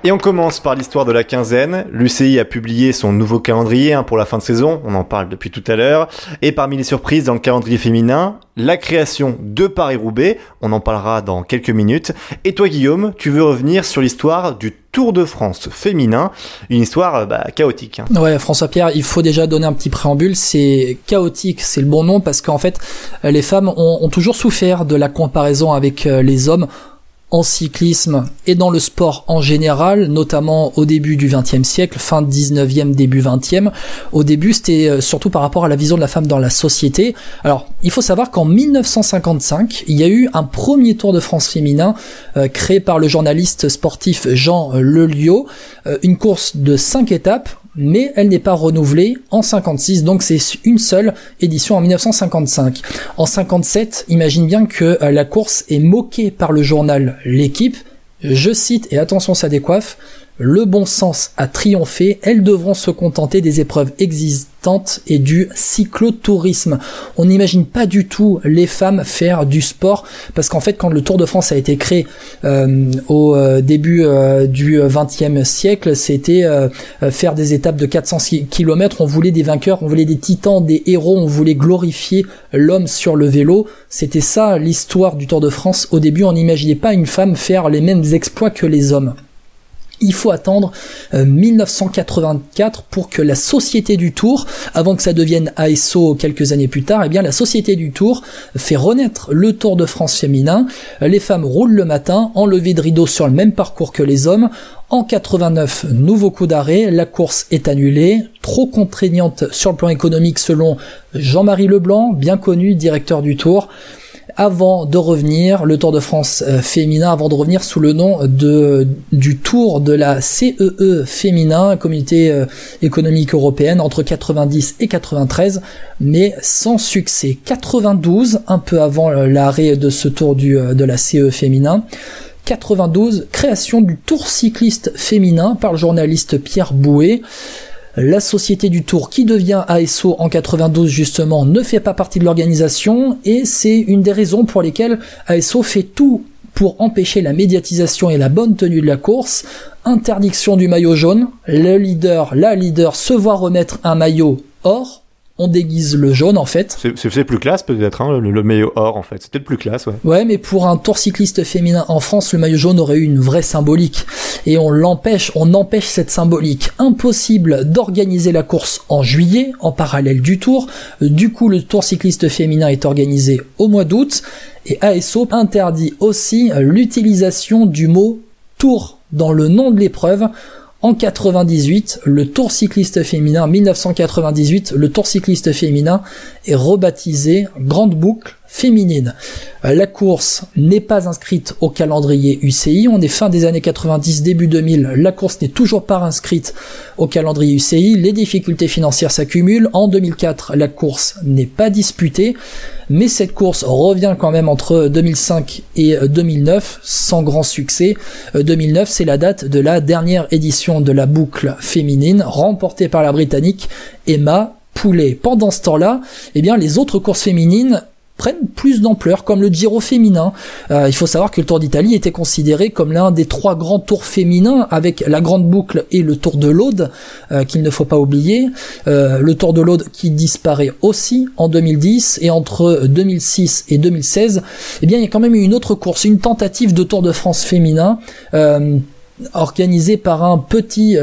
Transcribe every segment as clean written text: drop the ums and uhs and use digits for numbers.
Et on commence par l'histoire de la quinzaine. L'UCI a publié son nouveau calendrier pour la fin de saison, on en parle depuis tout à l'heure. Et parmi les surprises dans le calendrier féminin, la création de Paris-Roubaix, on en parlera dans quelques minutes. Et toi Guillaume, tu veux revenir sur l'histoire du Tour de France féminin, une histoire chaotique. Ouais, François-Pierre, il faut déjà donner un petit préambule, c'est chaotique, c'est le bon nom, parce qu'en fait, les femmes ont toujours souffert de la comparaison avec les hommes en cyclisme et dans le sport en général, notamment au début du XXe siècle, fin 19e, début 20e. Au début, c'était surtout par rapport à la vision de la femme dans la société. Alors, il faut savoir qu'en 1955, il y a eu un premier Tour de France féminin créé par le journaliste sportif Jean Leliot, une course de 5 étapes, mais elle n'est pas renouvelée en 56, donc c'est une seule édition en 1955. En 57, imagine bien que la course est moquée par le journal L'Équipe. Je cite, et attention ça décoiffe, le bon sens a triomphé, elles devront se contenter des épreuves existantes et du cyclotourisme. On n'imagine pas du tout les femmes faire du sport, parce qu'en fait quand le Tour de France a été créé au début du XXe siècle, c'était faire des étapes de 400 km, on voulait des vainqueurs, on voulait des titans, des héros, on voulait glorifier l'homme sur le vélo. C'était ça l'histoire du Tour de France. Au début on n'imaginait pas une femme faire les mêmes exploits que les hommes. Il faut attendre 1984 pour que la Société du Tour, avant que ça devienne ASO quelques années plus tard, eh bien la Société du Tour fait renaître le Tour de France féminin. Les femmes roulent le matin, enlevées de rideau sur le même parcours que les hommes. En 89, nouveau coup d'arrêt, la course est annulée, trop contraignante sur le plan économique selon Jean-Marie Leblanc, bien connu, directeur du Tour. Avant de revenir, le Tour de France féminin, avant de revenir sous le nom du Tour de la CEE féminin, Communauté économique européenne, entre 90 et 93, mais sans succès. 92, un peu avant l'arrêt de ce Tour de la CEE féminin. 92, création du Tour cycliste féminin par le journaliste Pierre Bouet. La Société du Tour, qui devient ASO en 92 justement, ne fait pas partie de l'organisation, et c'est une des raisons pour lesquelles ASO fait tout pour empêcher la médiatisation et la bonne tenue de la course. Interdiction du maillot jaune, la leader se voit remettre un maillot or. On déguise le jaune en fait. C'est plus classe peut-être, le maillot or en fait. C'était le plus classe, ouais. Ouais, mais pour un tour cycliste féminin en France, le maillot jaune aurait eu une vraie symbolique. Et on empêche cette symbolique. Impossible d'organiser la course en juillet, en parallèle du tour. Du coup, le tour cycliste féminin est organisé au mois d'août. Et ASO interdit aussi l'utilisation du mot tour dans le nom de l'épreuve. En 98, le Tour cycliste féminin, 1998, le Tour cycliste féminin est rebaptisé Grande Boucle féminine. La course n'est pas inscrite au calendrier UCI, on est fin des années 90, début 2000, la course n'est toujours pas inscrite au calendrier UCI, les difficultés financières s'accumulent, en 2004 la course n'est pas disputée, mais cette course revient quand même entre 2005 et 2009, sans grand succès. 2009 c'est la date de la dernière édition de la boucle féminine, remportée par la Britannique Emma Poulet. Pendant ce temps-là, eh bien les autres courses féminines prennent plus d'ampleur, comme le Giro féminin. Il faut savoir que le Tour d'Italie était considéré comme l'un des 3 grands tours féminins, avec la Grande Boucle et le Tour de l'Aude, qu'il ne faut pas oublier. Le Tour de l'Aude qui disparaît aussi en 2010, et entre 2006 et 2016, eh bien, il y a quand même eu une autre course, une tentative de Tour de France féminin, organisé par un petit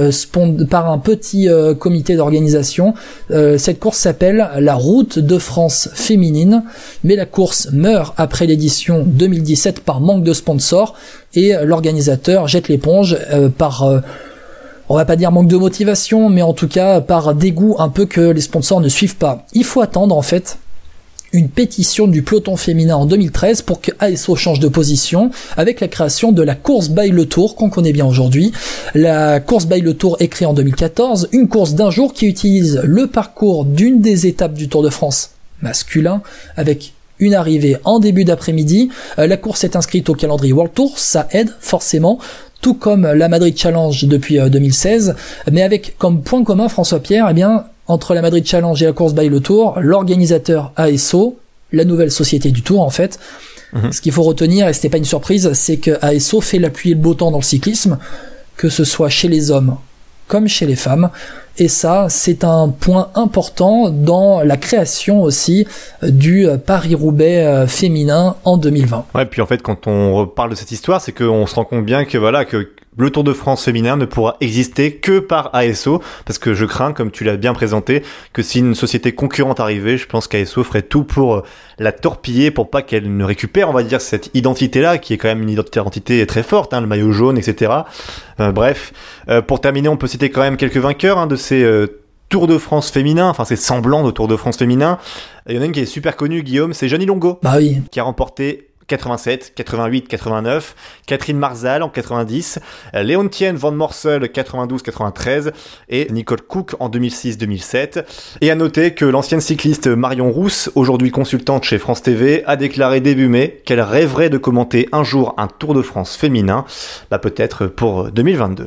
comité d'organisation. Cette course s'appelle la Route de France féminine, mais la course meurt après l'édition 2017 par manque de sponsors, et l'organisateur jette l'éponge par on va pas dire manque de motivation, mais en tout cas par dégoût un peu que les sponsors ne suivent pas. Il faut attendre en fait une pétition du peloton féminin en 2013 pour que ASO change de position, avec la création de la course by le Tour qu'on connaît bien aujourd'hui. La course by le Tour est créée en 2014, une course d'un jour qui utilise le parcours d'une des étapes du Tour de France masculin, avec une arrivée en début d'après-midi. La course est inscrite au calendrier World Tour, ça aide forcément, tout comme la Madrid Challenge depuis 2016, mais avec comme point commun, François Pierre, eh bien, entre la Madrid Challenge et la course by le Tour, l'organisateur ASO, la nouvelle société du Tour en fait. Ce qu'il faut retenir, et c'était pas une surprise, c'est que ASO fait la pluie et le beau temps dans le cyclisme, que ce soit chez les hommes comme chez les femmes. Et ça, c'est un point important dans la création aussi du Paris-Roubaix féminin en 2020. Ouais, puis en fait, quand on reparle de cette histoire, c'est qu'on se rend compte bien que voilà, que le Tour de France féminin ne pourra exister que par ASO, parce que je crains, comme tu l'as bien présenté, que si une société concurrente arrivait, je pense qu'ASO ferait tout pour la torpiller, pour pas qu'elle ne récupère, on va dire, cette identité-là, qui est quand même une identité très forte, le maillot jaune, etc. Bref, pour terminer, on peut citer quand même quelques vainqueurs de ces Tour de France féminin, enfin c'est semblant de Tour de France féminin. Il y en a une qui est super connue, Guillaume, c'est Jeannie Longo, bah oui, qui a remporté 87, 88, 89, Catherine Marzal en 90, Léontienne Van Morsel 92, 93 et Nicole Cook en 2006, 2007. Et à noter que l'ancienne cycliste Marion Rousse, aujourd'hui consultante chez France TV, a déclaré début mai qu'elle rêverait de commenter un jour un Tour de France féminin, peut-être pour 2022.